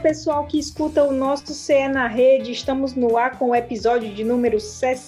pessoal que escuta o nosso CE na Rede, estamos no ar com o episódio de número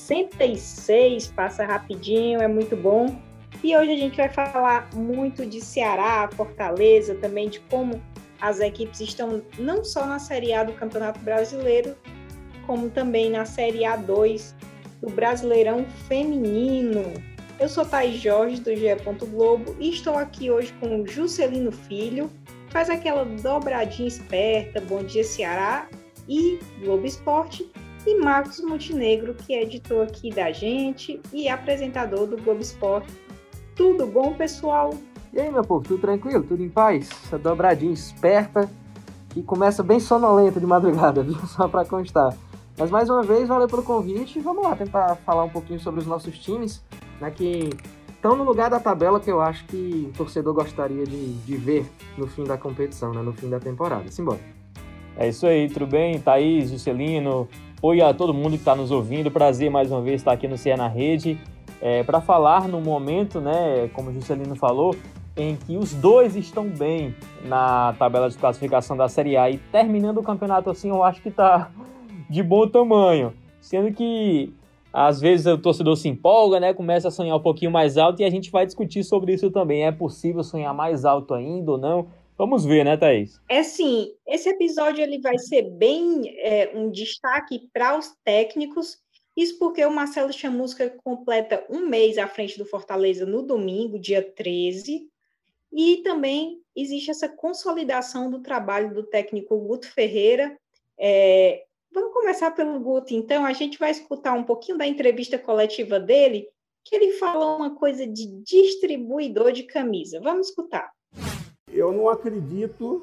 66, passa rapidinho, é muito bom. E hoje a gente vai falar muito de Ceará, Fortaleza, também de como as equipes estão não só na Série A do Campeonato Brasileiro, como também na Série A2 do Brasileirão Feminino. Eu sou Thaís Jorge, do GE. Globo, e estou aqui hoje com o Juscelino Filho, faz aquela dobradinha esperta, Bom Dia Ceará e Globo Esporte, e Marcos Montenegro, que é editor aqui da gente e apresentador do Globo Esporte. Tudo bom, pessoal? E aí, meu povo, tudo tranquilo? Tudo em paz? Essa dobradinha esperta que começa bem sonolenta de madrugada, viu? Só para constar. Mas mais uma vez, valeu pelo convite e vamos lá tentar falar um pouquinho sobre os nossos times, né, que estão no lugar da tabela que eu acho que o torcedor gostaria de ver no fim da competição, né, no fim da temporada. Simbora. É isso aí, tudo bem? Thaís, Juscelino, oi a todo mundo que está nos ouvindo, prazer mais uma vez estar aqui no CE na Rede, para falar no momento, né, como o Juscelino falou, em que os dois estão bem na tabela de classificação da Série A e terminando o campeonato assim, eu acho que está de bom tamanho, sendo que às vezes o torcedor se empolga, né? Começa a sonhar um pouquinho mais alto e a gente vai discutir sobre isso também. É possível sonhar mais alto ainda ou não? Vamos ver, né, Thaís? Sim, esse episódio ele vai ser bem um destaque para os técnicos. Isso porque o Marcelo Chamusca completa um mês à frente do Fortaleza no domingo, dia 13. E também existe essa consolidação do trabalho do técnico Guto Ferreira. Vamos começar pelo Guto, então. A gente vai escutar um pouquinho da entrevista coletiva dele, que ele fala uma coisa de distribuidor de camisa. Vamos escutar. Eu não acredito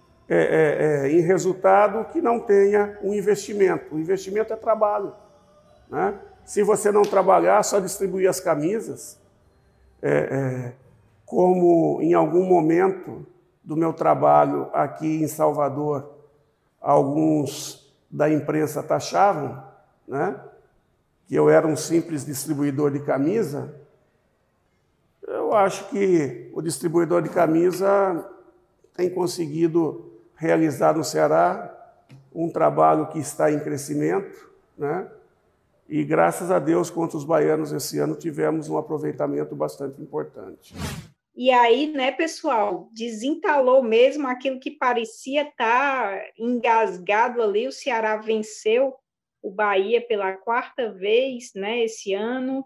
em resultado que não tenha um investimento. O investimento é trabalho, né? Se você não trabalhar, só distribuir as camisas, como em algum momento do meu trabalho aqui em Salvador, alguns da imprensa taxavam, né, que eu era um simples distribuidor de camisa. Eu acho que o distribuidor de camisa tem conseguido realizar no Ceará um trabalho que está em crescimento, né, e graças a Deus, contra os baianos esse ano, tivemos um aproveitamento bastante importante. E aí, né, pessoal, desentalou mesmo aquilo que parecia estar engasgado ali. O Ceará venceu o Bahia pela 4ª vez, né, esse ano,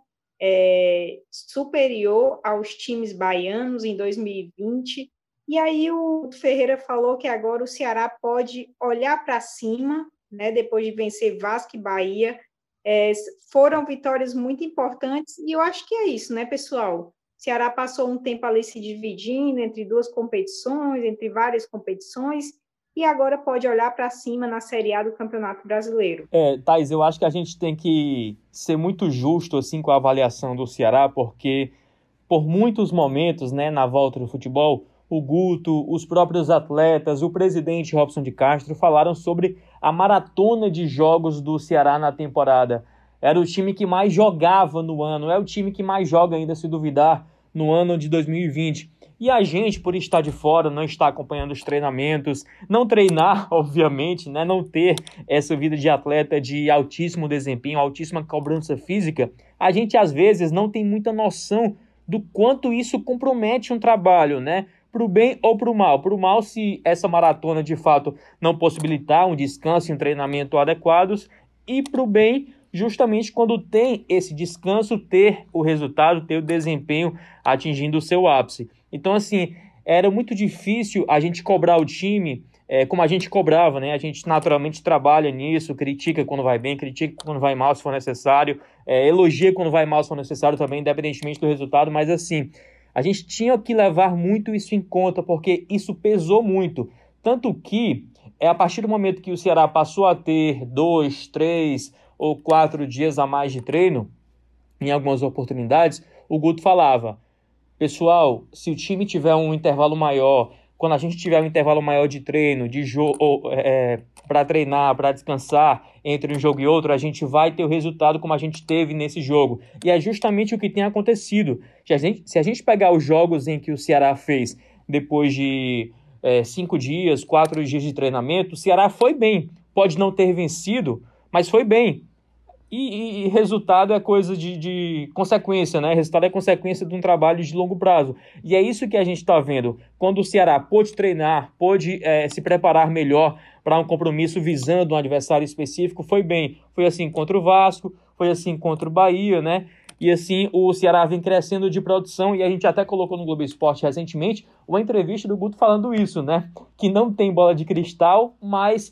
superior aos times baianos em 2020. E aí o Ferreira falou que agora o Ceará pode olhar para cima, né, depois de vencer Vasco e Bahia. Foram vitórias muito importantes e eu acho que é isso, né, pessoal? O Ceará passou um tempo ali se dividindo entre duas competições, entre várias competições, e agora pode olhar para cima na Série A do Campeonato Brasileiro. Thaís, eu acho que a gente tem que ser muito justo assim, com a avaliação do Ceará, porque por muitos momentos, né, na volta do futebol, o Guto, os próprios atletas, o presidente Robson de Castro falaram sobre a maratona de jogos do Ceará na temporada. Era o time que mais jogava no ano, é o time que mais joga ainda, se duvidar, no ano de 2020. E a gente, por estar de fora, não estar acompanhando os treinamentos, não treinar, obviamente, né, não ter essa vida de atleta de altíssimo desempenho, altíssima cobrança física, a gente às vezes não tem muita noção do quanto isso compromete um trabalho, né? Para o bem ou para o mal. Para o mal, se essa maratona de fato não possibilitar um descanso e um treinamento adequados, e para o bem, justamente quando tem esse descanso, ter o resultado, ter o desempenho atingindo o seu ápice. Então, assim, era muito difícil a gente cobrar o time como a gente cobrava, né? A gente naturalmente trabalha nisso, critica quando vai bem, critica quando vai mal, se for necessário, elogia quando vai mal, se for necessário também, independentemente do resultado, mas assim, a gente tinha que levar muito isso em conta, porque isso pesou muito. Tanto que, a partir do momento que o Ceará passou a ter 2, 3 ou 4 dias a mais de treino, em algumas oportunidades, o Guto falava: pessoal, se o time tiver um intervalo maior, quando a gente tiver um intervalo maior de treino, de jogo, para treinar, para descansar entre um jogo e outro, a gente vai ter o resultado como a gente teve nesse jogo. E é justamente o que tem acontecido. Se a gente pegar os jogos em que o Ceará fez depois de 5 dias, 4 dias de treinamento, o Ceará foi bem. Pode não ter vencido, mas foi bem. E resultado é coisa de consequência, né? Resultado é consequência de um trabalho de longo prazo. E é isso que a gente está vendo. Quando o Ceará pôde treinar, pôde se preparar melhor para um compromisso visando um adversário específico, foi bem. Foi assim contra o Vasco, foi assim contra o Bahia, né? E assim o Ceará vem crescendo de produção, e a gente até colocou no Globo Esporte recentemente uma entrevista do Guto falando isso, né? Que não tem bola de cristal, mas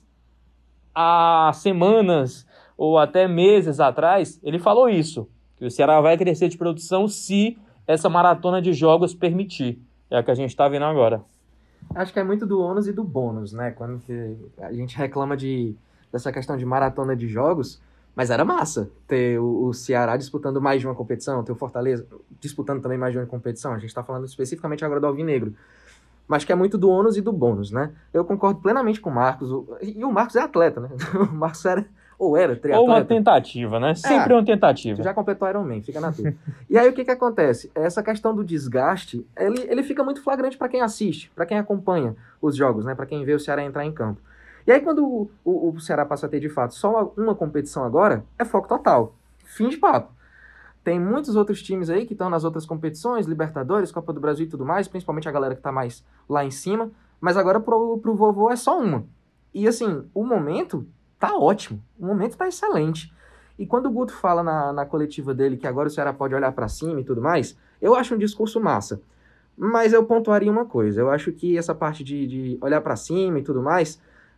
há semanas ou até meses atrás, ele falou isso, que o Ceará vai crescer de produção se essa maratona de jogos permitir. É o que a gente está vendo agora. Acho que é muito do ônus e do bônus, né? Quando a gente reclama dessa questão de maratona de jogos, mas era massa ter o Ceará disputando mais de uma competição, ter o Fortaleza disputando também mais de uma competição. A gente está falando especificamente agora do Alvinegro. Mas que é muito do ônus e do bônus, né? Eu concordo plenamente com o Marcos. E o Marcos é atleta, né? O Marcos era triatleta. Ou uma tentativa, né? Sempre uma tentativa. Tu já completou Ironman, fica na tua. E aí o que acontece? Essa questão do desgaste, ele fica muito flagrante para quem assiste, para quem acompanha os jogos, né? Para quem vê o Ceará entrar em campo. E aí quando o Ceará passa a ter de fato só uma competição agora, é foco total. Fim de papo. Tem muitos outros times aí que estão nas outras competições, Libertadores, Copa do Brasil e tudo mais, principalmente a galera que tá mais lá em cima, mas agora pro vovô é só uma. E assim, o momento tá ótimo, o momento tá excelente. E quando o Guto fala na coletiva dele que agora o Ceará pode olhar para cima e tudo mais, eu acho um discurso massa. Mas eu pontuaria uma coisa, eu acho que essa parte de olhar para cima e tudo mais,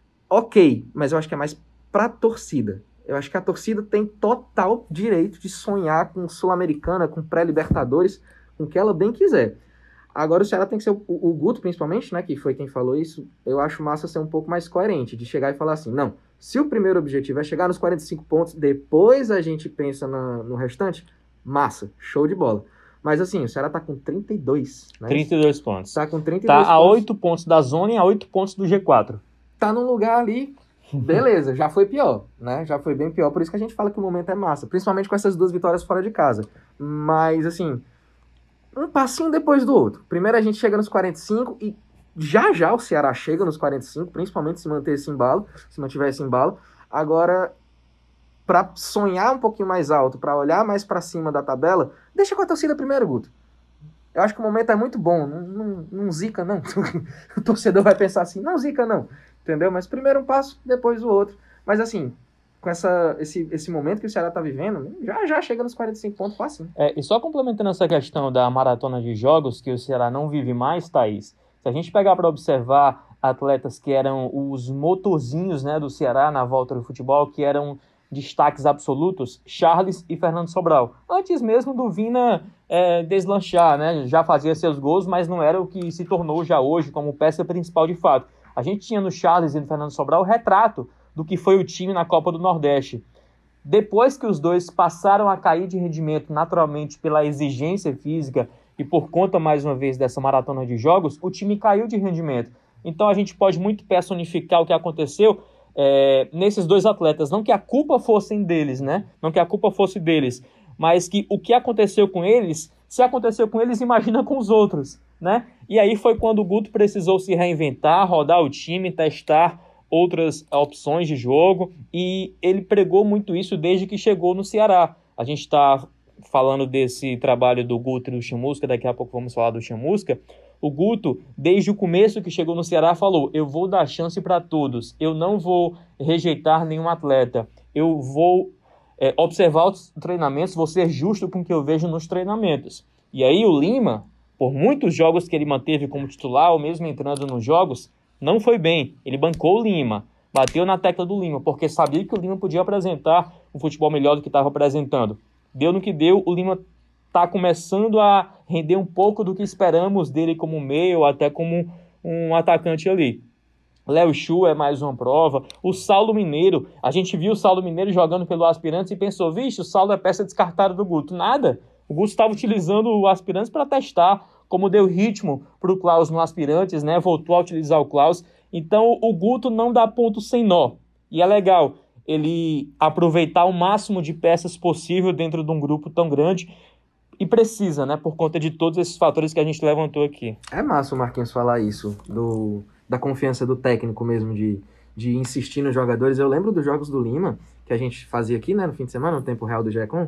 ok, mas eu acho que é mais pra torcida. Eu acho que a torcida tem total direito de sonhar com Sul-Americana, com pré-Libertadores, com o que ela bem quiser. Agora o Ceará tem que ser, o Guto principalmente, né, que foi quem falou isso, eu acho massa ser um pouco mais coerente, de chegar e falar assim, não, se o primeiro objetivo é chegar nos 45 pontos, depois a gente pensa no restante, massa, show de bola. Mas assim, o Ceará tá com 32, né? 32 pontos. Tá com 32 pontos. Tá a 8 pontos da zona e a 8 pontos do G4. Tá num lugar ali, beleza, já foi pior, né? Já foi bem pior, por isso que a gente fala que o momento é massa, principalmente com essas 2 vitórias fora de casa. Mas assim, um passinho depois do outro. Primeiro a gente chega nos 45 e já o Ceará chega nos 45, principalmente se manter esse embalo, se mantiver esse embalo. Agora, para sonhar um pouquinho mais alto, para olhar mais para cima da tabela, deixa com a torcida primeiro, Guto. Eu acho que o momento é muito bom, não zica não. O torcedor vai pensar assim, não zica não, entendeu? Mas primeiro um passo, depois o outro. Mas assim, com esse momento que o Ceará está vivendo, já chega nos 45 pontos fácil. E só complementando essa questão da maratona de jogos, que o Ceará não vive mais, Thaís, se a gente pegar para observar atletas que eram os motorzinhos, né, do Ceará na volta do futebol, que eram destaques absolutos, Charles e Fernando Sobral. Antes mesmo do Vina deslanchar, né, já fazia seus gols, mas não era o que se tornou já hoje como peça principal de fato. A gente tinha no Charles e no Fernando Sobral o retrato do que foi o time na Copa do Nordeste. Depois que os dois passaram a cair de rendimento naturalmente pela exigência física e por conta, mais uma vez, dessa maratona de jogos, o time caiu de rendimento. Então a gente pode muito personificar o que aconteceu nesses dois atletas. Não que a culpa fosse deles, né? Não que a culpa fosse deles, mas que o que aconteceu com eles, se aconteceu com eles, imagina com os outros, né? E aí foi quando o Guto precisou se reinventar, rodar o time, testar outras opções de jogo, e ele pregou muito isso desde que chegou no Ceará. A gente está falando desse trabalho do Guto e do Chamusca, daqui a pouco vamos falar do Chamusca. O Guto, desde o começo que chegou no Ceará, falou, eu vou dar chance para todos, eu não vou rejeitar nenhum atleta, eu vou observar os treinamentos, vou ser justo com o que eu vejo nos treinamentos. E aí o Lima, por muitos jogos que ele manteve como titular, ou mesmo entrando nos jogos, não foi bem. Ele bancou o Lima, bateu na tecla do Lima, porque sabia que o Lima podia apresentar um futebol melhor do que estava apresentando. Deu no que deu, o Lima está começando a render um pouco do que esperamos dele como meio, ou até como um atacante ali. Léo Chu é mais uma prova. O Saulo Mineiro, a gente viu o Saulo Mineiro jogando pelo Aspirantes e pensou, vixe, o Saulo é peça descartada do Guto. Nada. O Guto estava utilizando o Aspirantes para testar, como deu ritmo para o Klaus no Aspirantes, né? Voltou a utilizar o Klaus. Então o Guto não dá ponto sem nó. E é legal ele aproveitar o máximo de peças possível dentro de um grupo tão grande. E precisa, né? Por conta de todos esses fatores que a gente levantou aqui. É massa o Marquinhos falar isso, da confiança do técnico mesmo, de insistir nos jogadores. Eu lembro dos jogos do Lima, que a gente fazia aqui, né, no fim de semana, no tempo real do GECOM,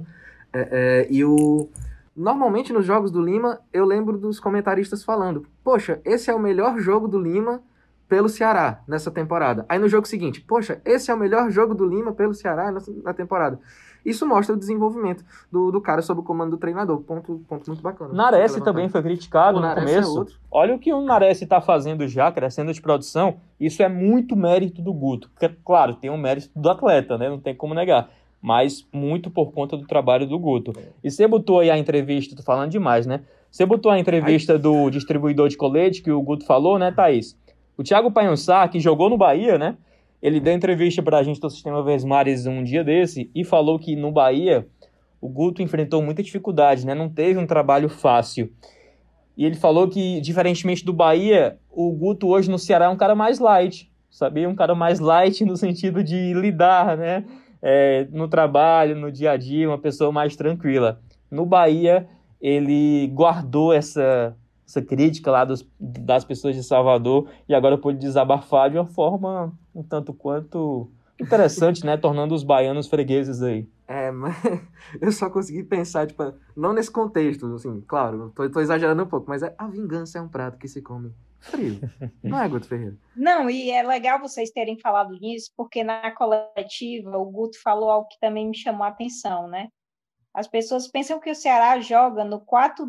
normalmente nos jogos do Lima, eu lembro dos comentaristas falando, poxa, esse é o melhor jogo do Lima pelo Ceará nessa temporada. Aí no jogo seguinte, poxa, esse é o melhor jogo do Lima pelo Ceará na temporada. Isso mostra o desenvolvimento do cara sob o comando do treinador. Ponto muito bacana. Nares também foi criticado no começo. Olha o que o Nares está fazendo já, crescendo de produção. Isso é muito mérito do Guto. Claro, tem um mérito do atleta, né? Não tem como negar. Mas muito por conta do trabalho do Guto. E você botou aí a entrevista, tô falando demais, né? Você botou a entrevista do distribuidor de colete que o Guto falou, né, Thaís? O Thiago Painhoçá, que jogou no Bahia, né? Ele deu entrevista pra gente do Sistema Vesmares um dia desse e falou que no Bahia o Guto enfrentou muita dificuldade, né? Não teve um trabalho fácil. E ele falou que, diferentemente do Bahia, o Guto hoje no Ceará é um cara mais light, sabia? Um cara mais light no sentido de lidar, né? No trabalho, no dia a dia, uma pessoa mais tranquila. No Bahia, ele guardou essa crítica lá das pessoas de Salvador e agora pôde desabafar de uma forma um tanto quanto interessante, né? Tornando os baianos fregueses aí. Mas eu só consegui pensar, tipo, não nesse contexto, assim, claro, tô exagerando um pouco, mas a vingança é um prato que se come frio, não é, Guto Ferreira? Não, e é legal vocês terem falado nisso, porque na coletiva o Guto falou algo que também me chamou a atenção, né? As pessoas pensam que o Ceará joga no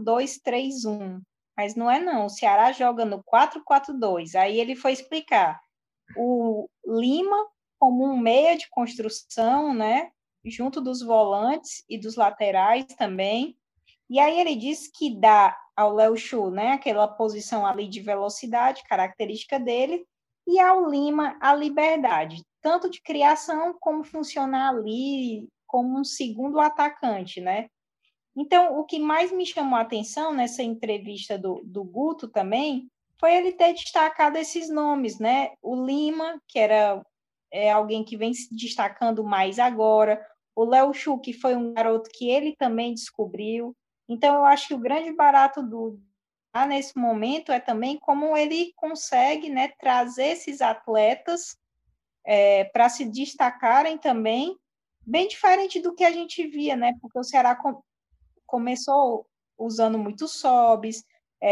4-2-3-1, mas não é não, o Ceará joga no 4-4-2. Aí ele foi explicar o Lima como um meia de construção, né, junto dos volantes e dos laterais também. E aí ele disse que dá ao Léo Xu, né, aquela posição ali de velocidade, característica dele, e ao Lima a liberdade, tanto de criação como funcionar ali como um segundo atacante, né? Então, o que mais me chamou a atenção nessa entrevista do Guto também foi ele ter destacado esses nomes, né? O Lima, que era alguém que vem se destacando mais agora, o Léo Xu, que foi um garoto que ele também descobriu. Então, eu acho que o grande barato nesse momento é também como ele consegue, né, trazer esses atletas para se destacarem também, bem diferente do que a gente via, né? Porque o Ceará começou usando muitos sobs,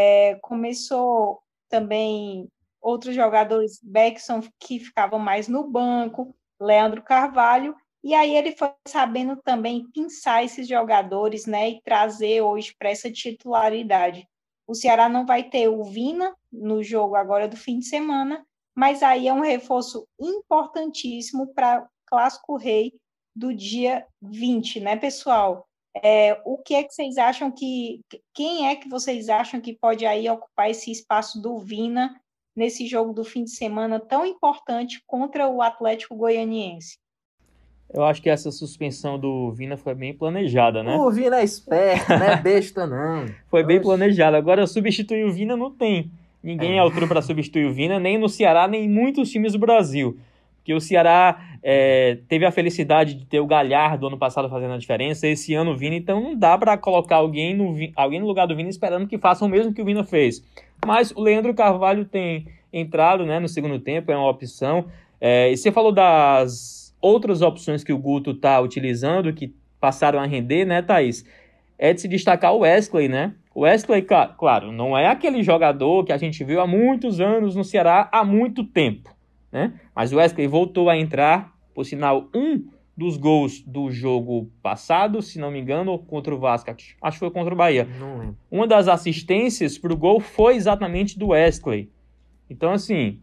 começou também outros jogadores, Beckson, que ficavam mais no banco, Leandro Carvalho, e aí ele foi sabendo também pinçar esses jogadores, né, e trazer hoje para essa titularidade. O Ceará não vai ter o Vina no jogo agora do fim de semana, mas aí é um reforço importantíssimo para o Clássico Rei do dia 20, né, pessoal? O que é que vocês acham quem é que vocês acham que pode aí ocupar esse espaço do Vina nesse jogo do fim de semana tão importante contra o Atlético Goianiense? Eu acho que essa suspensão do Vina foi bem planejada, né? O Vina é esperto, não é besta, não. Foi bem planejada. Agora, substituir o Vina não tem. Ninguém é altura para substituir o Vina, nem no Ceará, nem em muitos times do Brasil. Porque o Ceará teve a felicidade de ter o Galhardo ano passado fazendo a diferença, esse ano o Vina, então não dá para colocar alguém no lugar do Vina esperando que faça o mesmo que o Vina fez. Mas o Leandro Carvalho tem entrado, né, no segundo tempo, é uma opção. E você falou das outras opções que o Guto está utilizando, que passaram a render, né, Thaís? É de se destacar o Wesley, né? O Wesley, claro, não é aquele jogador que a gente viu há muitos anos no Ceará, há muito tempo, né? Mas o Wesley voltou a entrar, por sinal, um dos gols do jogo passado, se não me engano, contra o Vasco, acho que foi contra o Bahia. Não lembro. Uma das assistências para o gol foi exatamente do Wesley. Então, assim,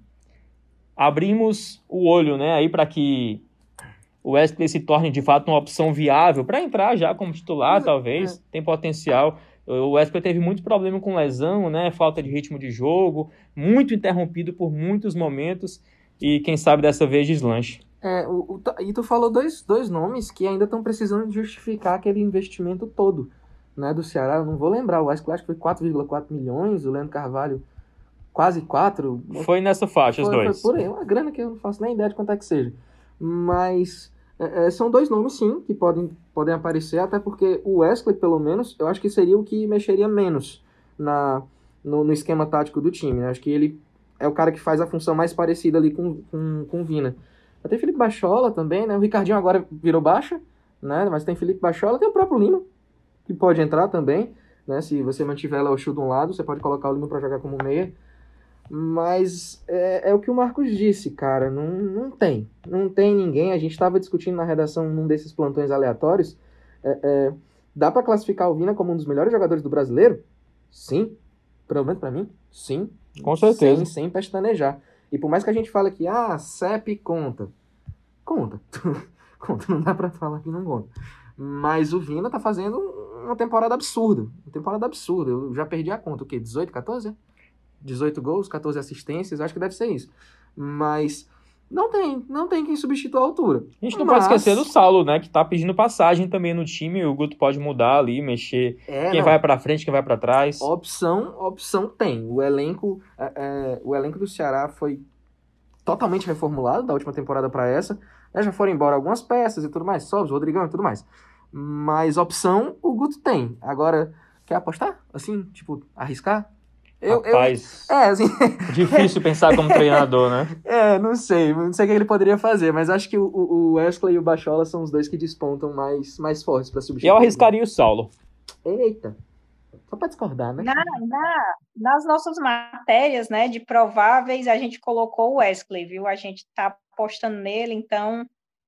abrimos o olho, né, aí para que o Wesley se torne de fato uma opção viável para entrar já como titular, talvez, tem potencial. O Wesley teve muito problema com lesão, né, falta de ritmo de jogo, muito interrompido por muitos momentos e quem sabe dessa vez deslanche. E tu falou dois nomes que ainda estão precisando justificar aquele investimento todo, né, do Ceará. Eu não vou lembrar, o Wesley acho que foi 4,4 milhões, o Leandro Carvalho quase 4. Foi nessa faixa, os dois. Foi por aí, uma grana que eu não faço nem ideia de quanto é que seja. Mas são dois nomes, sim, que podem aparecer, até porque o Wesley, pelo menos, eu acho que seria o que mexeria menos no esquema tático do time, né? Acho que ele é o cara que faz a função mais parecida ali com o Vina. Tem Felipe Bachola também, né? O Ricardinho agora virou baixa, né? Mas tem Felipe Bachola, tem o próprio Lima, que pode entrar também, né? Se você mantiver lá o Chu de um lado, você pode colocar o Lima para jogar como meia. Mas é o que o Marcos disse, cara. Não tem ninguém. A gente estava discutindo na redação num desses plantões aleatórios. Dá para classificar o Vina como um dos melhores jogadores do brasileiro? Sim. Pelo menos para mim, sim. Com certeza. Sem pestanejar. E por mais que a gente fale que, CEP conta. Conta. Conta, não dá pra falar que não conta. Mas o Vina tá fazendo uma temporada absurda. Eu já perdi a conta. O quê? 18, 14? 18 gols, 14 assistências, acho que deve ser isso. Mas não tem quem substitua a altura. A gente não pode esquecer do Saulo, né? Que tá pedindo passagem também no time. O Guto pode mudar ali, mexer. Vai pra frente, quem vai pra trás. Opção tem. O elenco do Ceará foi totalmente reformulado da última temporada para essa. Já foram embora algumas peças e tudo mais. Sobs, Rodrigão e tudo mais. Mas opção o Guto tem. Agora, quer apostar? Assim, tipo, arriscar? Rapaz, assim... difícil pensar como treinador, né? Não sei o que ele poderia fazer, mas acho que o Wesley e o Bachola são os dois que despontam mais fortes para substituir. Eu arriscaria o Saulo. Eita, só para discordar, né? Nas nossas matérias, né, de prováveis, a gente colocou o Wesley, viu? A gente tá apostando nele, então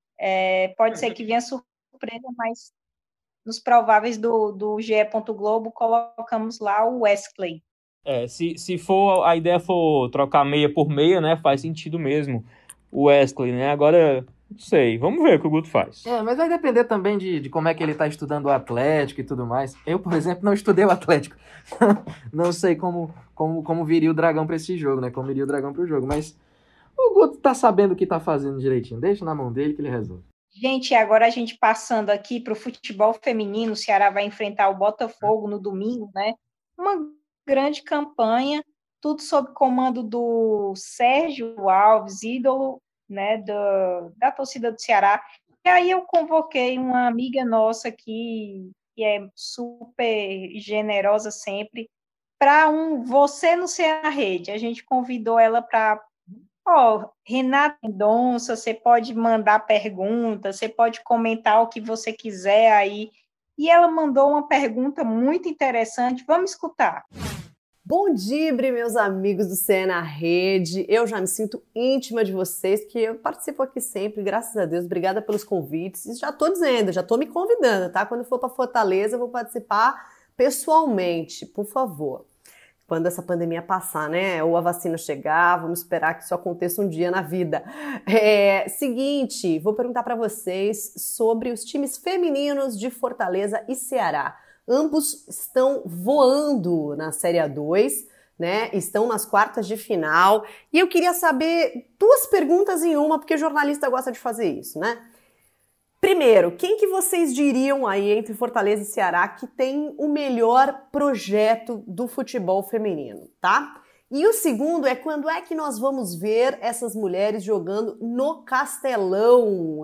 pode ser que venha surpresa, mas nos prováveis do GE. Globo colocamos lá o Wesley. Se a ideia for trocar meia por meia, né, faz sentido mesmo o Wesley, né? Agora, não sei, vamos ver o que o Guto faz. Mas vai depender também de como é que ele tá estudando o Atlético e tudo mais. Eu, por exemplo, não estudei o Atlético. Não sei como viria o Dragão pra esse jogo, né? Como iria o Dragão pro jogo, mas o Guto tá sabendo o que tá fazendo direitinho. Deixa na mão dele que ele resolve. Gente, agora a gente passando aqui pro futebol feminino, o Ceará vai enfrentar o Botafogo no domingo, né? Uma grande campanha, tudo sob comando do Sérgio Alves, ídolo, né, da torcida do Ceará. E aí eu convoquei uma amiga nossa que é super generosa sempre, para Você no Ceará Rede. A gente convidou ela para... Renata Mendonça, você pode mandar perguntas, você pode comentar o que você quiser aí. E ela mandou uma pergunta muito interessante, vamos escutar. Bom dia, meus amigos do CE na Rede. Eu já me sinto íntima de vocês, que eu participo aqui sempre, graças a Deus. Obrigada pelos convites. E já tô dizendo, já tô me convidando, tá? Quando for para Fortaleza, eu vou participar pessoalmente, por favor. Quando essa pandemia passar, né? Ou a vacina chegar, vamos esperar que isso aconteça um dia na vida. Seguinte, vou perguntar para vocês sobre os times femininos de Fortaleza e Ceará. Ambos estão voando na Série A2, né? Estão nas quartas de final. E eu queria saber 2 perguntas em uma, porque jornalista gosta de fazer isso, né? Primeiro, quem que vocês diriam aí entre Fortaleza e Ceará que tem o melhor projeto do futebol feminino, tá? E o segundo é quando é que nós vamos ver essas mulheres jogando no Castelão?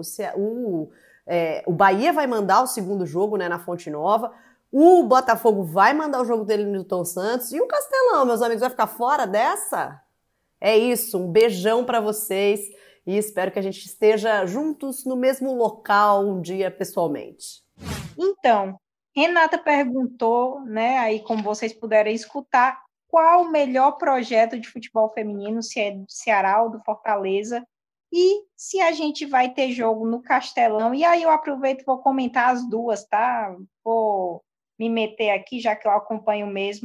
O Bahia vai mandar o segundo jogo, né, na Fonte Nova. O Botafogo vai mandar o jogo dele no Newton Santos. E o Castelão, meus amigos, vai ficar fora dessa? É isso, um beijão para vocês. E espero que a gente esteja juntos no mesmo local um dia pessoalmente. Então, Renata perguntou, né, aí como vocês puderam escutar, qual o melhor projeto de futebol feminino, se é do Ceará ou do Fortaleza, e se a gente vai ter jogo no Castelão. E aí eu aproveito e vou comentar as duas, tá? Vou me meter aqui, já que eu acompanho mesmo.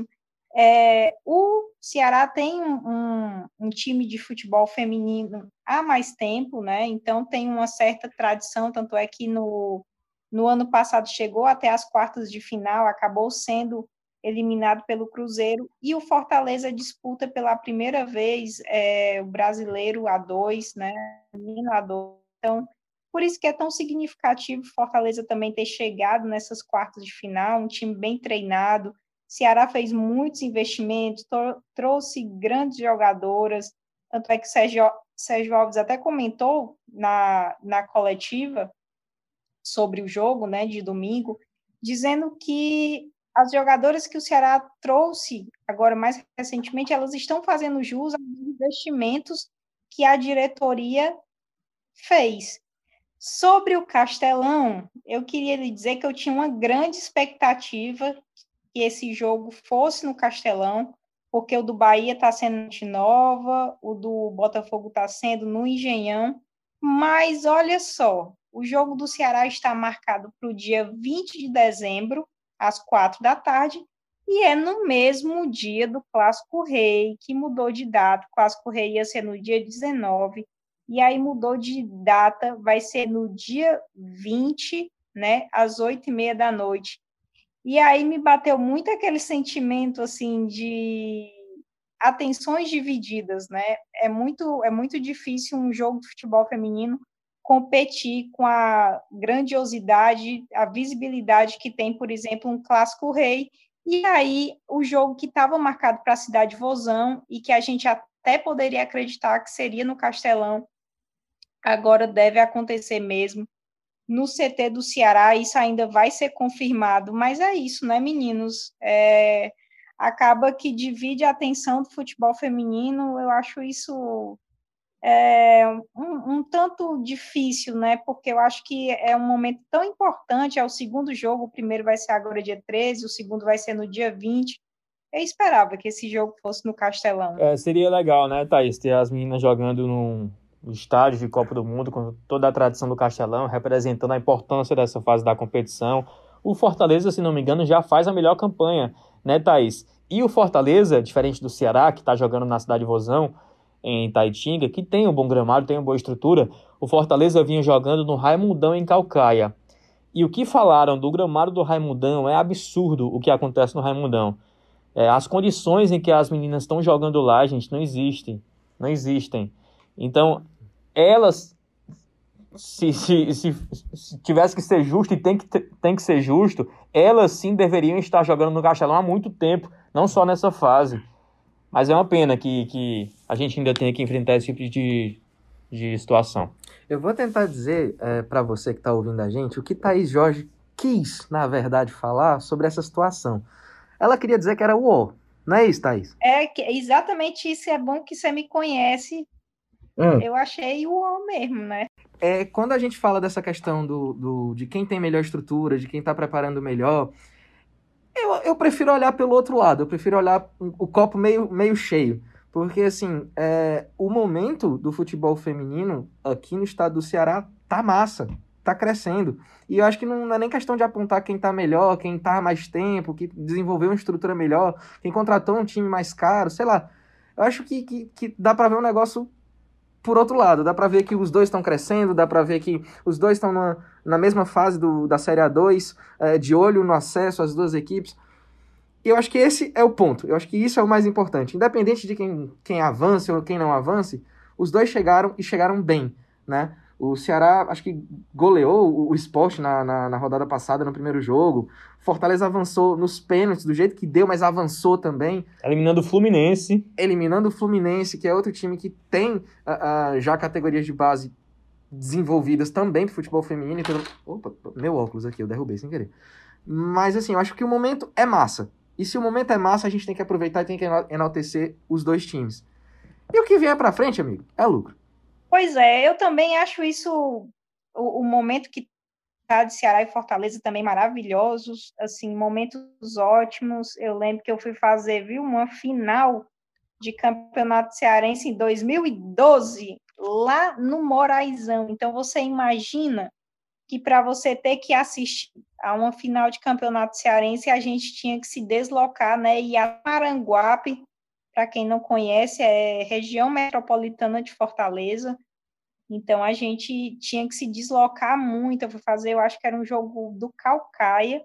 O Ceará tem um time de futebol feminino há mais tempo, né? Então tem uma certa tradição, tanto é que no ano passado chegou até as quartas de final, acabou sendo eliminado pelo Cruzeiro, e o Fortaleza disputa pela primeira vez o brasileiro A2, né? Menino A2. Então, por isso que é tão significativo o Fortaleza também ter chegado nessas quartas de final, um time bem treinado. Ceará fez muitos investimentos, trouxe grandes jogadoras, tanto é que Sérgio Alves até comentou na coletiva sobre o jogo, né, de domingo, dizendo que as jogadoras que o Ceará trouxe agora mais recentemente, elas estão fazendo jus aos investimentos que a diretoria fez. Sobre o Castelão, eu queria lhe dizer que eu tinha uma grande expectativa que esse jogo fosse no Castelão, porque o do Bahia está sendo de Nova, o do Botafogo está sendo no Engenhão, mas olha só, o jogo do Ceará está marcado para o dia 20 de dezembro, às 4 da tarde, e é no mesmo dia do Clássico Rei, que mudou de data. O Clássico Rei ia ser no dia 19, e aí mudou de data, vai ser no dia 20, né, às 8h30 da noite. E aí me bateu muito aquele sentimento, assim, de atenções divididas, né? É muito difícil um jogo de futebol feminino competir com a grandiosidade, a visibilidade que tem, por exemplo, um Clássico Rei. E aí o jogo que estava marcado para a cidade de Vozão e que a gente até poderia acreditar que seria no Castelão, agora deve acontecer mesmo no CT do Ceará. Isso ainda vai ser confirmado, mas é isso, né, meninos? Acaba que divide a atenção do futebol feminino. Eu acho isso um tanto difícil, né? Porque eu acho que é um momento tão importante, é o segundo jogo, o primeiro vai ser agora dia 13, o segundo vai ser no dia 20. Eu esperava que esse jogo fosse no Castelão. Seria legal, né, Thaís, ter as meninas jogando num estádio de Copa do Mundo, com toda a tradição do Castelão, representando a importância dessa fase da competição. O Fortaleza, se não me engano, já faz a melhor campanha, né, Thaís? E o Fortaleza, diferente do Ceará, que está jogando na cidade de Vozão, em Itaitinga, que tem um bom gramado, tem uma boa estrutura, o Fortaleza vinha jogando no Raimundão, em Caucaia. E o que falaram do gramado do Raimundão é absurdo o que acontece no Raimundão. As condições em que as meninas estão jogando lá, gente, não existem. Não existem. Então, elas, se tivesse que ser justo, e tem que ser justo, elas sim deveriam estar jogando no Castelão há muito tempo, não só nessa fase. Mas é uma pena que a gente ainda tenha que enfrentar esse tipo de situação. Eu vou tentar dizer para você que está ouvindo a gente o que Thaís Jorge quis, na verdade, falar sobre essa situação. Ela queria dizer que era uó, não é isso, Thaís? Exatamente isso. É bom que você me conhece. Eu achei uó mesmo, né? Quando a gente fala dessa questão de quem tem melhor estrutura, de quem está preparando melhor, eu prefiro olhar pelo outro lado, eu prefiro olhar o copo meio cheio. Porque, assim, o momento do futebol feminino aqui no estado do Ceará tá massa, tá crescendo. E eu acho que não é nem questão de apontar quem tá melhor, quem tá há mais tempo, que desenvolveu uma estrutura melhor, quem contratou um time mais caro, sei lá. Eu acho que dá pra ver um negócio por outro lado. Dá pra ver que os dois estão crescendo, dá pra ver que os dois estão na mesma fase da Série A2, de olho no acesso às duas equipes. E eu acho que esse é o ponto. Eu acho que isso é o mais importante. Independente de quem avance ou quem não avance, os dois chegaram e chegaram bem, né? O Ceará, acho que goleou o Sport na rodada passada, no primeiro jogo. Fortaleza avançou nos pênaltis, do jeito que deu, mas avançou também. Eliminando o Fluminense. Eliminando o Fluminense, que é outro time que tem já categorias de base desenvolvidas também pro futebol feminino. Então... Opa, meu óculos aqui, eu derrubei sem querer. Mas assim, eu acho que o momento é massa. E se o momento é massa, a gente tem que aproveitar e tem que enaltecer os dois times. E o que vier pra frente, amigo, é lucro. Pois é, eu também acho isso, o momento que tá de Ceará e Fortaleza também maravilhosos, assim, momentos ótimos. Eu lembro que eu fui fazer, uma final de campeonato cearense em 2012, lá no Moraizão. Então, você imagina que para você ter que assistir a uma final de campeonato cearense, a gente tinha que se deslocar, né, e a Maranguape, para quem não conhece, é região metropolitana de Fortaleza. Então, a gente tinha que se deslocar muito. Eu fui fazer, eu acho que era um jogo do Caucaia,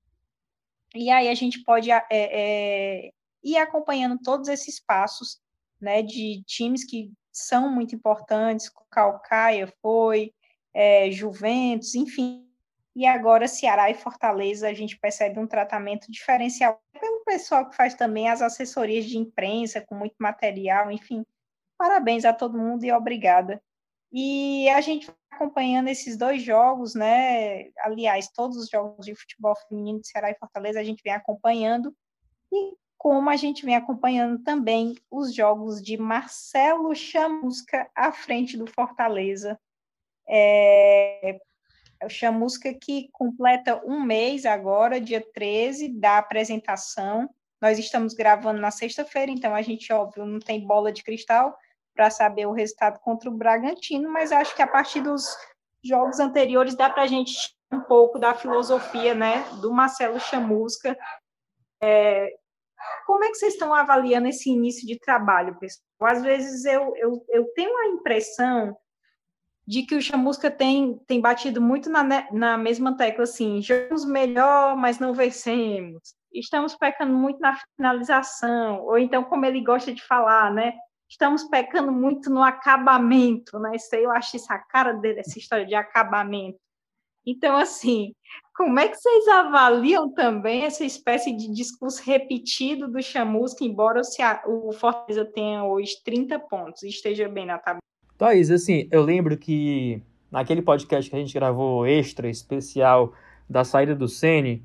e aí a gente pode ir acompanhando todos esses passos, né, de times que são muito importantes. Caucaia foi, Juventus, enfim. E agora Ceará e Fortaleza, a gente percebe um tratamento diferencial pelo pessoal que faz também as assessorias de imprensa, com muito material, enfim. Parabéns a todo mundo e obrigada. E a gente vai acompanhando esses 2 jogos, né? Aliás, todos os jogos de futebol feminino de Ceará e Fortaleza a gente vem acompanhando. E como a gente vem acompanhando também os jogos de Marcelo Chamusca à frente do Fortaleza. O Chamusca que completa 1 mês agora, dia 13, da apresentação. Nós estamos gravando na sexta-feira, então a gente, óbvio, não tem bola de cristal para saber o resultado contra o Bragantino, mas acho que a partir dos jogos anteriores dá para a gente um pouco da filosofia, né, do Marcelo Chamusca. Como é que vocês estão avaliando esse início de trabalho, pessoal? Às vezes eu tenho a impressão de que o Chamusca tem batido muito na mesma tecla, assim, jogamos melhor, mas não vencemos. Estamos pecando muito na finalização, ou então, como ele gosta de falar, né? Estamos pecando muito no acabamento, né? Isso aí, eu acho isso a cara dele, essa história de acabamento. Então, assim, como é que vocês avaliam também essa espécie de discurso repetido do Chamusca, embora o Fortaleza tenha hoje 30 pontos e esteja bem na tabela? Thaís, assim, eu lembro que naquele podcast que a gente gravou extra, especial, da saída do Ceni,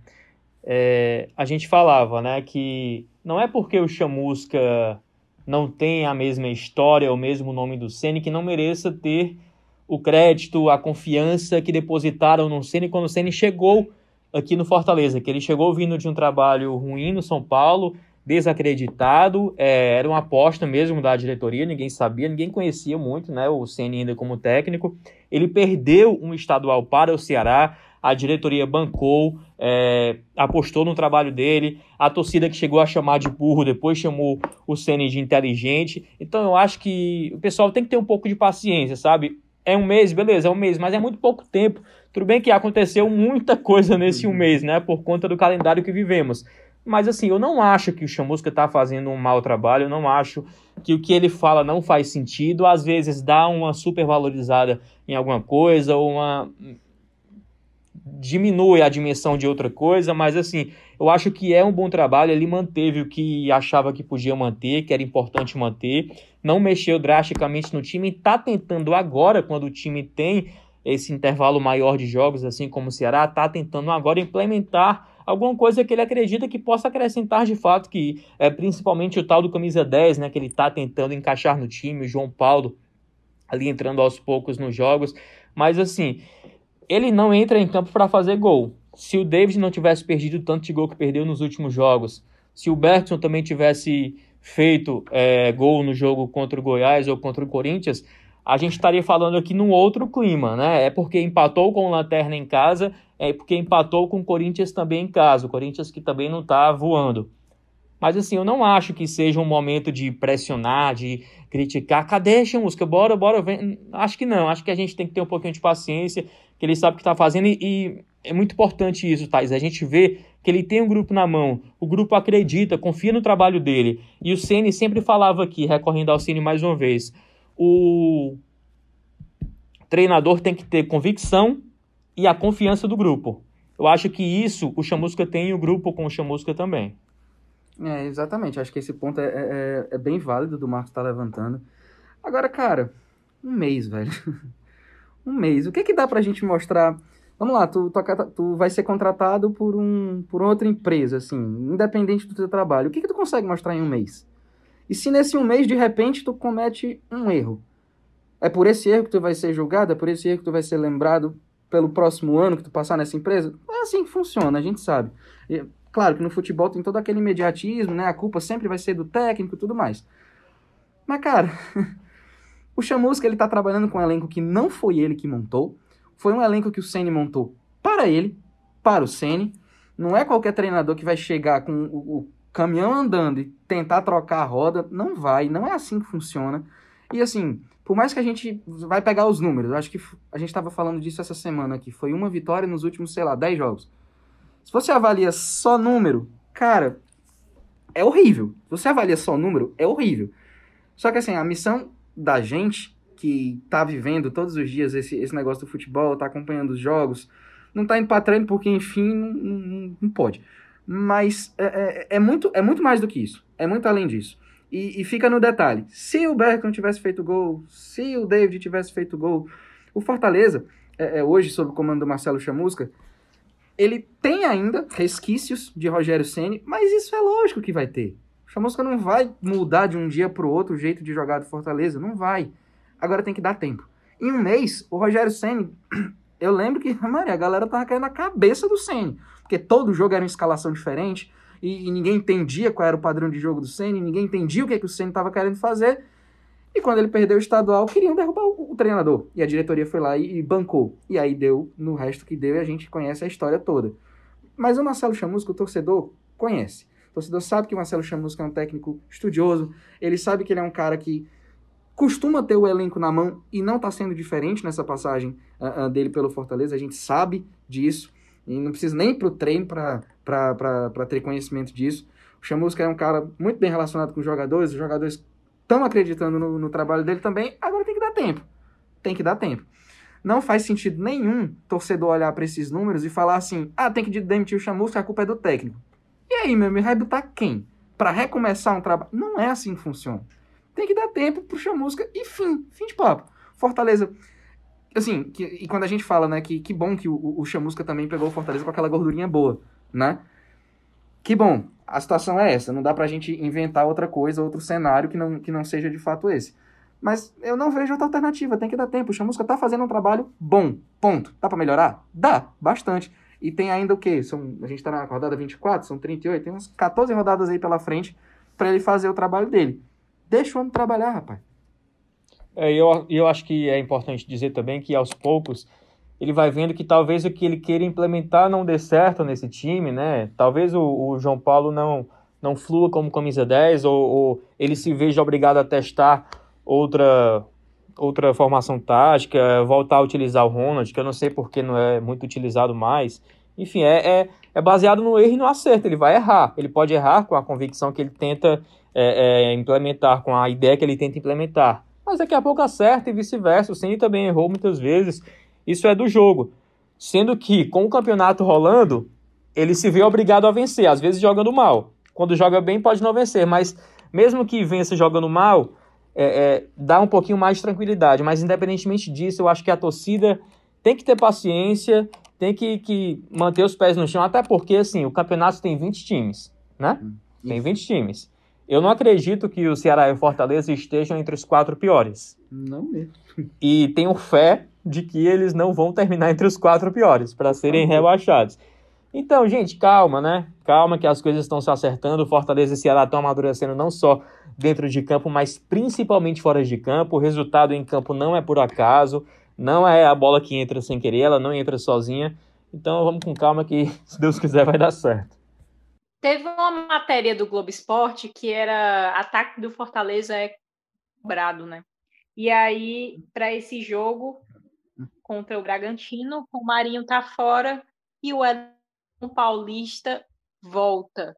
a gente falava, né, que não é porque o Chamusca não tem a mesma história, o mesmo nome do Ceni, que não mereça ter o crédito, a confiança que depositaram no Ceni quando o Ceni chegou aqui no Fortaleza, que ele chegou vindo de um trabalho ruim no São Paulo, desacreditado, era uma aposta mesmo da diretoria, ninguém sabia, ninguém conhecia muito, né, o Ceni ainda como técnico. Ele perdeu um estadual para o Ceará, a diretoria bancou, apostou no trabalho dele, a torcida que chegou a chamar de burro depois chamou o Ceni de inteligente. Então eu acho que o pessoal tem que ter um pouco de paciência, sabe? É 1 mês, beleza, é 1 mês, mas é muito pouco tempo. Tudo bem que aconteceu muita coisa nesse 1 mês, né, por conta do calendário que vivemos. Mas assim, eu não acho que o Chamusca está fazendo um mau trabalho, eu não acho que o que ele fala não faz sentido, às vezes dá uma supervalorizada em alguma coisa, ou diminui a dimensão de outra coisa, mas assim, eu acho que é um bom trabalho, ele manteve o que achava que podia manter, que era importante manter, não mexeu drasticamente no time, e está tentando agora, quando o time tem esse intervalo maior de jogos, assim como o Ceará, está tentando agora implementar alguma coisa que ele acredita que possa acrescentar de fato, que é principalmente o tal do camisa 10, né, que ele está tentando encaixar no time, o João Paulo ali entrando aos poucos nos jogos, mas assim, ele não entra em campo para fazer gol. Se o David não tivesse perdido o tanto de gol que perdeu nos últimos jogos, se o Bergson também tivesse feito gol no jogo contra o Goiás ou contra o Corinthians, a gente estaria falando aqui num outro clima, né? É porque empatou com o Lanterna em casa, é porque empatou com o Corinthians também em casa, o Corinthians que também não está voando. Mas assim, eu não acho que seja um momento de pressionar, de criticar. Cadê, Chamusca? Bora, vem. Acho que não, acho que a gente tem que ter um pouquinho de paciência, que ele sabe o que está fazendo e é muito importante isso, Thais. A gente vê que ele tem um grupo na mão, o grupo acredita, confia no trabalho dele. E o Ceni sempre falava aqui, recorrendo ao Ceni mais uma vez, o treinador tem que ter convicção e a confiança do grupo. Eu acho que isso o Chamusca tem e o grupo com o Chamusca também. Exatamente. Acho que esse ponto é bem válido do Marcos estar levantando. Agora, cara, 1 mês, velho. 1 mês. O que dá pra gente mostrar? Vamos lá, tu vai ser contratado por outra empresa, assim, independente do teu trabalho. O que tu consegue mostrar em 1 mês? E se nesse 1 mês, de repente, tu comete um erro? É por esse erro que tu vai ser julgado? É por esse erro que tu vai ser lembrado pelo próximo ano que tu passar nessa empresa? É assim que funciona, a gente sabe. E, claro que no futebol tem todo aquele imediatismo, né? A culpa sempre vai ser do técnico e tudo mais. Mas, cara, o Chamusca, ele tá trabalhando com um elenco que não foi ele que montou. Foi um elenco que o Ceni montou para ele, para o Ceni. Não é qualquer treinador que vai chegar com o caminhão andando e tentar trocar a roda. Não vai, não é assim que funciona. E assim, por mais que a gente vai pegar os números, eu acho que a gente estava falando disso essa semana aqui, foi 1 vitória nos últimos, 10 jogos. Se você avalia só número, cara, é horrível. Se você avalia só número, é horrível. Só que assim, a missão da gente, que tá vivendo todos os dias esse negócio do futebol, tá acompanhando os jogos, não tá indo pra treino porque, enfim, não pode. Mas é muito mais do que isso. É muito além disso. E fica no detalhe. Se o Bergkamp tivesse feito gol, se o David tivesse feito gol, o Fortaleza, hoje, sob o comando do Marcelo Chamusca, ele tem ainda resquícios de Rogério Ceni, mas isso é lógico que vai ter. O Chamusca não vai mudar de um dia para o outro o jeito de jogar do Fortaleza, não vai. Agora tem que dar tempo. Em um mês, o Rogério Ceni, eu lembro que a galera tava caindo na cabeça do Ceni, porque todo jogo era uma escalação diferente, e ninguém entendia qual era o padrão de jogo do Ceni, ninguém entendia o que o Ceni estava querendo fazer, e quando ele perdeu o estadual, queriam derrubar o treinador. E a diretoria foi lá e bancou. E aí deu no resto que deu e a gente conhece a história toda. Mas o Marcelo Chamusca, o torcedor conhece. O torcedor sabe que o Marcelo Chamusca é um técnico estudioso. Ele sabe que ele é um cara que costuma ter o elenco na mão e não está sendo diferente nessa passagem dele pelo Fortaleza. A gente sabe disso. E não precisa nem ir para o treino para ter conhecimento disso. O Chamusca é um cara muito bem relacionado com os jogadores estão acreditando no trabalho dele também, agora tem que dar tempo. Tem que dar tempo. Não faz sentido nenhum torcedor olhar para esses números e falar assim, tem que demitir o Chamusca, a culpa é do técnico. E aí, meu amigo, vai botar quem? Para recomeçar um trabalho? Não é assim que funciona. Tem que dar tempo pro Chamusca e fim de papo. Fortaleza, assim, e quando a gente fala, né, que bom que o Chamusca também pegou o Fortaleza com aquela gordurinha boa, né? Que bom, a situação é essa, não dá pra gente inventar outra coisa, outro cenário que não seja de fato esse. Mas eu não vejo outra alternativa, tem que dar tempo. O Chamusca tá fazendo um trabalho bom, ponto. Dá pra melhorar? Dá, bastante. E tem ainda o quê? A gente tá na rodada 24, são 38, tem umas 14 rodadas aí pela frente pra ele fazer o trabalho dele. Deixa o homem trabalhar, rapaz. Eu acho que é importante dizer também que aos poucos ele vai vendo que talvez o que ele queira implementar não dê certo nesse time, né? Talvez o João Paulo não flua como camisa 10 ou ele se veja obrigado a testar outra formação tática, voltar a utilizar o Ronald, que eu não sei porque não é muito utilizado mais. Enfim, é baseado no erro e no acerto. Ele vai errar. Ele pode errar com a convicção que ele tenta implementar, com a ideia que ele tenta implementar. Mas daqui a pouco acerta e vice-versa. O Ceni também errou muitas vezes. Isso é do jogo. Sendo que, com o campeonato rolando, ele se vê obrigado a vencer, às vezes jogando mal. Quando joga bem, pode não vencer, mas mesmo que vença jogando mal, dá um pouquinho mais de tranquilidade. Mas, independentemente disso, eu acho que a torcida tem que ter paciência, tem que manter os pés no chão, até porque, assim, o campeonato tem 20 times, né? Tem 20 times. Eu não acredito que o Ceará e o Fortaleza estejam entre os 4 piores. Não mesmo. E tenho fé de que eles não vão terminar entre os 4 piores, para serem rebaixados. Então, gente, calma, né? Calma que as coisas estão se acertando. O Fortaleza e o Ceará estão amadurecendo não só dentro de campo, mas principalmente fora de campo. O resultado em campo não é por acaso, não é a bola que entra sem querer, ela não entra sozinha. Então vamos com calma que, se Deus quiser, vai dar certo. Teve uma matéria do Globo Esporte que era ataque do Fortaleza é cobrado, né? E aí, para esse jogo contra o Bragantino, o Marinho tá fora e o Wellington Paulista volta.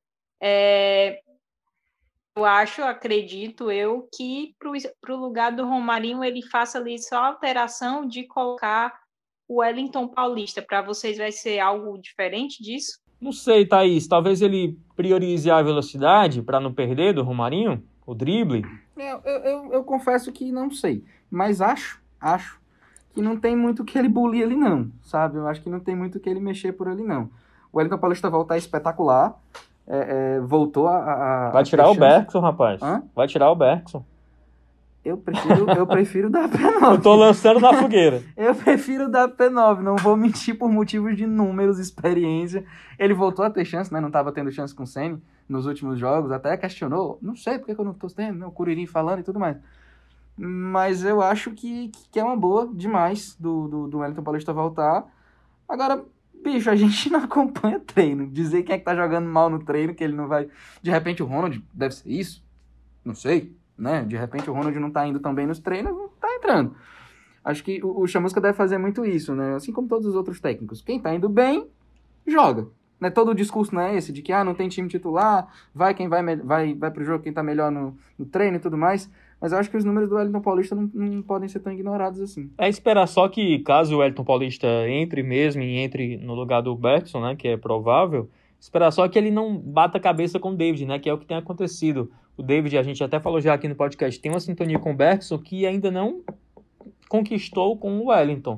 Acredito eu, que para o lugar do Romarinho ele faça ali só a alteração de colocar o Wellington Paulista. Para vocês vai ser algo diferente disso? Não sei, Thaís. Talvez ele priorize a velocidade para não perder do Romarinho, o drible. Eu confesso que não sei, mas acho que não tem muito que ele bulir ali não, sabe? Eu acho que não tem muito que ele mexer por ali não. O Wellington Paulista voltar espetacular, voltou a vai tirar o Bergson, rapaz. Hã? Vai tirar o Bergson. Eu prefiro dar P9. Eu tô lançando na fogueira. Eu prefiro dar P9, não vou mentir por motivos de números, experiência. Ele voltou a ter chance, né? Não tava tendo chance com o Ceni nos últimos jogos, até questionou. Não sei porque que eu não tô tendo, né? O Curirim falando e tudo mais. Mas eu acho que é uma boa demais do Wellington Paulista voltar. Agora, bicho, a gente não acompanha treino. Dizer quem é que tá jogando mal no treino, que ele não vai... De repente o Ronald deve ser isso? Não sei. Né? De repente o Ronald não tá indo tão bem nos treinos, não tá entrando. Acho que o Chamusca deve fazer muito isso, né? Assim como todos os outros técnicos. Quem tá indo bem, joga. Né? Todo o discurso não é esse, de que não tem time titular, vai quem vai pro jogo, quem tá melhor no treino e tudo mais. Mas eu acho que os números do Wellington Paulista não podem ser tão ignorados assim. É esperar só que, caso o Wellington Paulista entre mesmo e entre no lugar do Bergson, né, que é provável, esperar só que ele não bata a cabeça com o David, né, que é o que tem acontecido. O David, a gente até falou já aqui no podcast, tem uma sintonia com o Bergson que ainda não conquistou com o Wellington.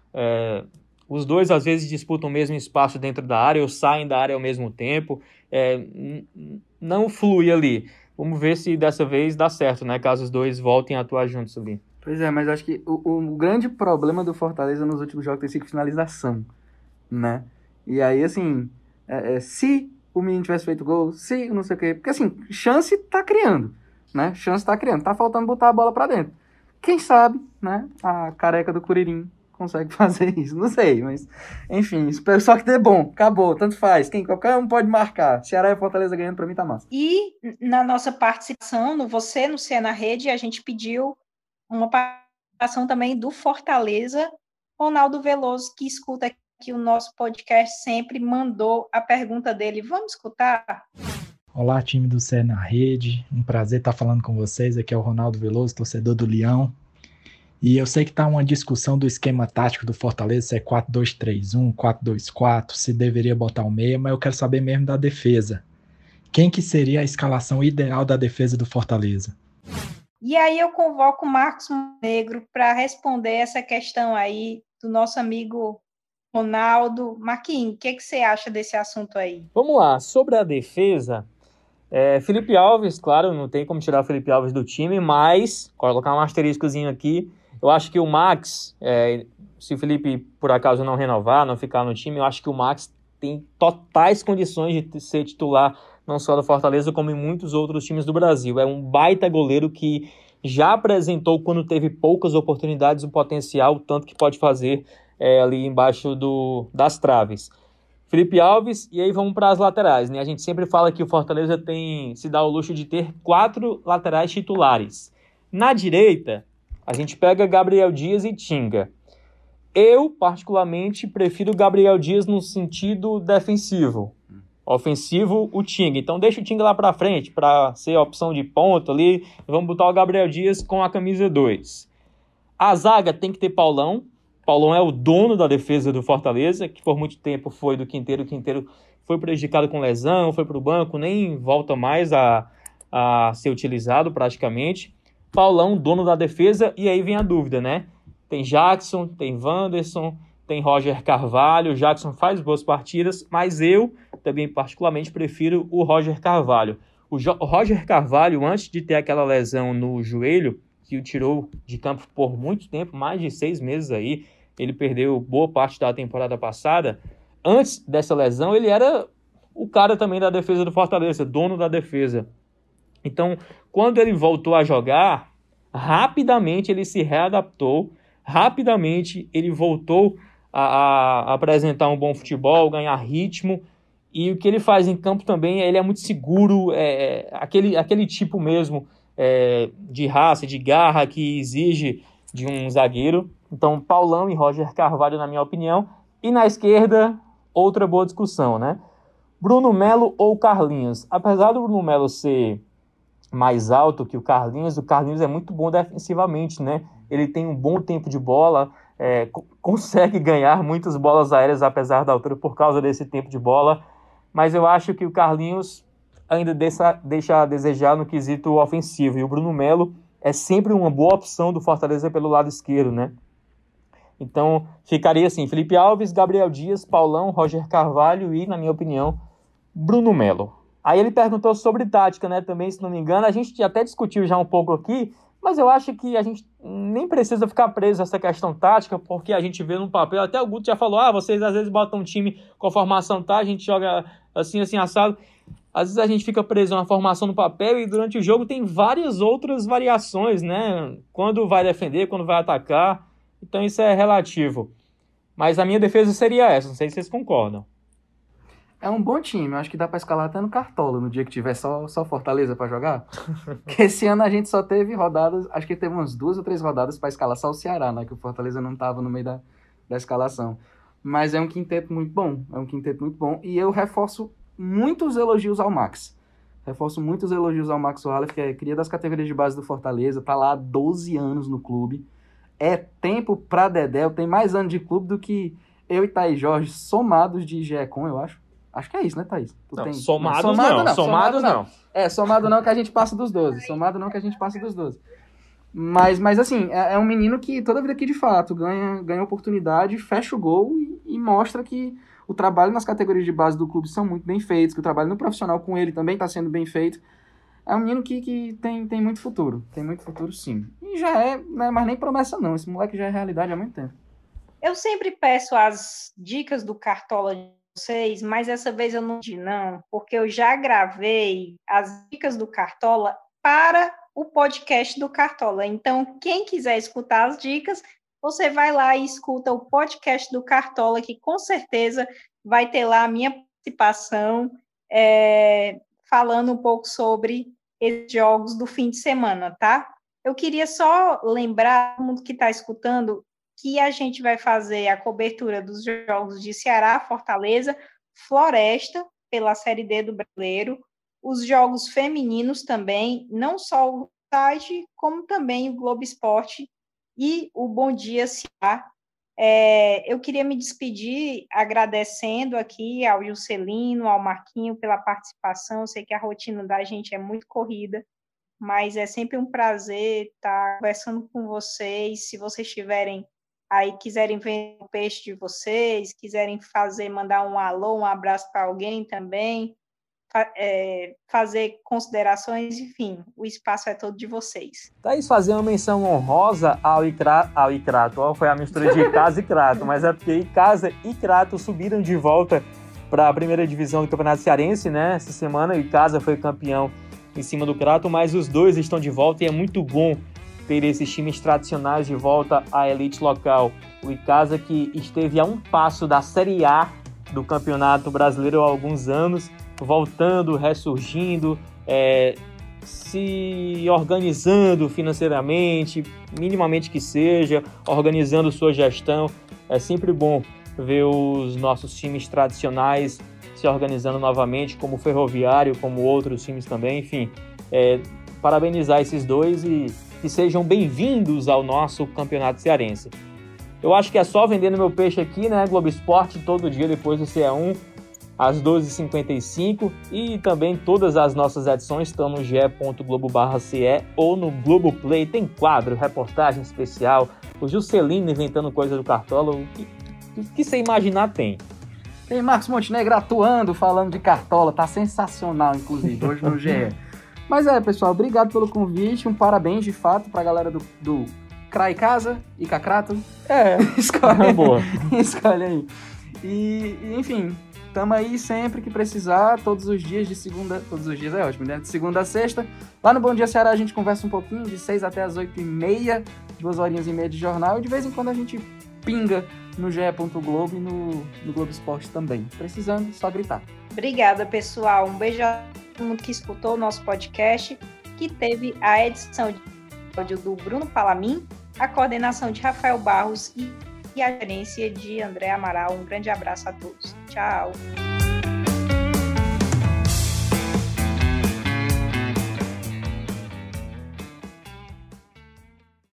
Os dois, às vezes, disputam o mesmo espaço dentro da área ou saem da área ao mesmo tempo. Não flui ali. Vamos ver se dessa vez dá certo, né? Caso os dois voltem a atuar juntos ali. Pois é, mas acho que o grande problema do Fortaleza nos últimos jogos tem sido finalização, né? E aí, assim, se o menino tivesse feito gol, se não sei o quê... Porque, assim, chance tá criando, né? Chance tá criando. Tá faltando botar a bola pra dentro. Quem sabe, né? A careca do Curirim consegue fazer isso. Não sei, mas... Enfim, espero só que dê bom. Acabou, tanto faz. Qualquer um pode marcar. Ceará e Fortaleza ganhando, pra mim tá massa. E na nossa participação, no Cé na Rede, a gente pediu uma participação também do Fortaleza. Ronaldo Veloso, que escuta aqui o nosso podcast, sempre mandou a pergunta dele. Vamos escutar? Olá, time do Cé na Rede. Um prazer estar falando com vocês. Aqui é o Ronaldo Veloso, torcedor do Leão. E eu sei que está uma discussão do esquema tático do Fortaleza, se é 4-2-3-1, 4-2-4, se deveria botar o meia, mas eu quero saber mesmo da defesa. Quem que seria a escalação ideal da defesa do Fortaleza? E aí eu convoco o Marcos Montenegro para responder essa questão aí do nosso amigo Ronaldo. Marquinhos, o que você acha desse assunto aí? Vamos lá, sobre a defesa, Felipe Alves, claro, não tem como tirar o Felipe Alves do time, mas, colocar um asteriscozinho aqui, eu acho que o Max, se o Felipe por acaso não renovar, não ficar no time, eu acho que o Max tem totais condições de ser titular, não só do Fortaleza, como em muitos outros times do Brasil. É um baita goleiro que já apresentou, quando teve poucas oportunidades, o potencial, o tanto que pode fazer ali embaixo das traves. Felipe Alves, e aí vamos para as laterais, né? A gente sempre fala que o Fortaleza se dá o luxo de ter 4 laterais titulares. Na direita, a gente pega Gabriel Dias e Tinga. Eu, particularmente, prefiro Gabriel Dias no sentido defensivo. Ofensivo, o Tinga. Então deixa o Tinga lá para frente, para ser a opção de ponta ali. Vamos botar o Gabriel Dias com a camisa 2. A zaga tem que ter Paulão. Paulão é o dono da defesa do Fortaleza, que por muito tempo foi do Quinteiro. O Quinteiro foi prejudicado com lesão, foi para o banco, nem volta mais a ser utilizado praticamente. Paulão, dono da defesa, e aí vem a dúvida, né? Tem Jackson, tem Wanderson, tem Roger Carvalho. O Jackson faz boas partidas, mas eu também particularmente prefiro o Roger Carvalho. O Roger Carvalho, antes de ter aquela lesão no joelho, que o tirou de campo por muito tempo, mais de 6 meses aí, ele perdeu boa parte da temporada passada. Antes dessa lesão, ele era o cara também da defesa do Fortaleza, dono da defesa. Então, quando ele voltou a jogar, rapidamente ele se readaptou, rapidamente ele voltou a apresentar um bom futebol, ganhar ritmo, e o que ele faz em campo também, ele é muito seguro, aquele tipo mesmo de raça, de garra que exige de um zagueiro. Então, Paulão e Roger Carvalho, na minha opinião. E na esquerda, outra boa discussão, né? Bruno Melo ou Carlinhos? Apesar do Bruno Melo ser mais alto que o Carlinhos é muito bom defensivamente, né? Ele tem um bom tempo de bola, consegue ganhar muitas bolas aéreas apesar da altura por causa desse tempo de bola, mas eu acho que o Carlinhos ainda deixa a desejar no quesito ofensivo, e o Bruno Melo é sempre uma boa opção do Fortaleza pelo lado esquerdo, né? Então, ficaria assim, Felipe Alves, Gabriel Dias, Paulão, Roger Carvalho e, na minha opinião, Bruno Melo. Aí ele perguntou sobre tática, né, também, se não me engano. A gente até discutiu já um pouco aqui, mas eu acho que a gente nem precisa ficar preso a essa questão tática, porque a gente vê no papel, até o Guto já falou, vocês às vezes botam um time com a formação a gente joga assim, assado. Às vezes a gente fica preso a uma formação no papel e durante o jogo tem várias outras variações, né? Quando vai defender, quando vai atacar. Então isso é relativo. Mas a minha defesa seria essa, não sei se vocês concordam. É um bom time, eu acho que dá pra escalar até no Cartola, no dia que tiver só Fortaleza pra jogar. Porque esse ano a gente só teve rodadas, acho que teve umas 2 ou 3 rodadas pra escalar só o Ceará, né? Que o Fortaleza não tava no meio da escalação. Mas é um quinteto muito bom, e eu reforço muitos elogios ao Max. Wallace, que é cria das categorias de base do Fortaleza, tá lá há 12 anos no clube. É tempo pra Dedéu, tem mais anos de clube do que eu e Thaís Jorge somados de GECOM, eu acho. Acho que é isso, né, Thaís? Não, somados não. Somado não que a gente passa dos 12. Somado não que a gente passa dos 12. Mas assim, é um menino que toda vida aqui de fato ganha oportunidade, fecha o gol e mostra que o trabalho nas categorias de base do clube são muito bem feitos, que o trabalho no profissional com ele também está sendo bem feito. É um menino que tem muito futuro. Tem muito futuro, sim. E já não é mais nem promessa, não. Esse moleque já é realidade há muito tempo. Eu sempre peço as dicas do Cartola de vocês, mas essa vez eu não di não, porque eu já gravei as dicas do Cartola para o podcast do Cartola. Então, quem quiser escutar as dicas, você vai lá e escuta o podcast do Cartola, que com certeza vai ter lá a minha participação, falando um pouco sobre esses jogos do fim de semana, tá? Eu queria só lembrar todo mundo que está escutando que a gente vai fazer a cobertura dos jogos de Ceará, Fortaleza, Floresta, pela Série D do Brasileiro, os jogos femininos também, não só o site, como também o Globo Esporte e o Bom Dia Ceará. Eu queria me despedir agradecendo aqui ao Juscelino, ao Marquinho pela participação. Eu sei que a rotina da gente é muito corrida, mas é sempre um prazer estar conversando com vocês. Se vocês tiverem aí, quiserem ver o peixe de vocês, quiserem mandar um alô, um abraço para alguém também, fazer considerações, enfim, o espaço é todo de vocês. Thaís, fazer uma menção honrosa ao Icrato. Foi a mistura de Icasa e Crato, mas é porque Icasa e Crato subiram de volta para a primeira divisão do Campeonato Cearense, né? Essa semana o Icasa foi campeão em cima do Crato, mas os dois estão de volta e é muito bom ter esses times tradicionais de volta à elite local. O Icasa, que esteve a um passo da Série A do Campeonato Brasileiro há alguns anos, voltando, ressurgindo, se organizando financeiramente, minimamente que seja, organizando sua gestão. É sempre bom ver os nossos times tradicionais se organizando novamente, como o Ferroviário, como outros times também. Enfim, parabenizar esses dois e que sejam bem-vindos ao nosso Campeonato Cearense. Eu acho que é só vendendo meu peixe aqui, né? Globo Esporte, todo dia depois do CE1, às 12h55, e também todas as nossas edições estão no ge.globo.ce ou no Globoplay. Tem quadro, reportagem especial, o Juscelino inventando coisa do Cartola, o que você imaginar tem. Tem Marcos Montenegro atuando, falando de Cartola, tá sensacional, inclusive, hoje no GE. Mas pessoal, obrigado pelo convite, parabéns de fato pra galera do Crai Casa e Cacrato. Escolhe, boa. Escolhe aí. E enfim, tamo aí sempre que precisar, todos os dias é ótimo, né? De segunda a sexta. Lá no Bom Dia Ceará a gente conversa um pouquinho, de 6 até as 8h30, 2 horinhas e meia de jornal, e de vez em quando a gente pinga no ge.globo e no Globo Esporte também. Precisando, só gritar. Obrigada, pessoal. Um beijo a todo mundo que escutou o nosso podcast, que teve a edição de áudio do Bruno Palamin, a coordenação de Rafael Barros e a gerência de André Amaral. Um grande abraço a todos. Tchau.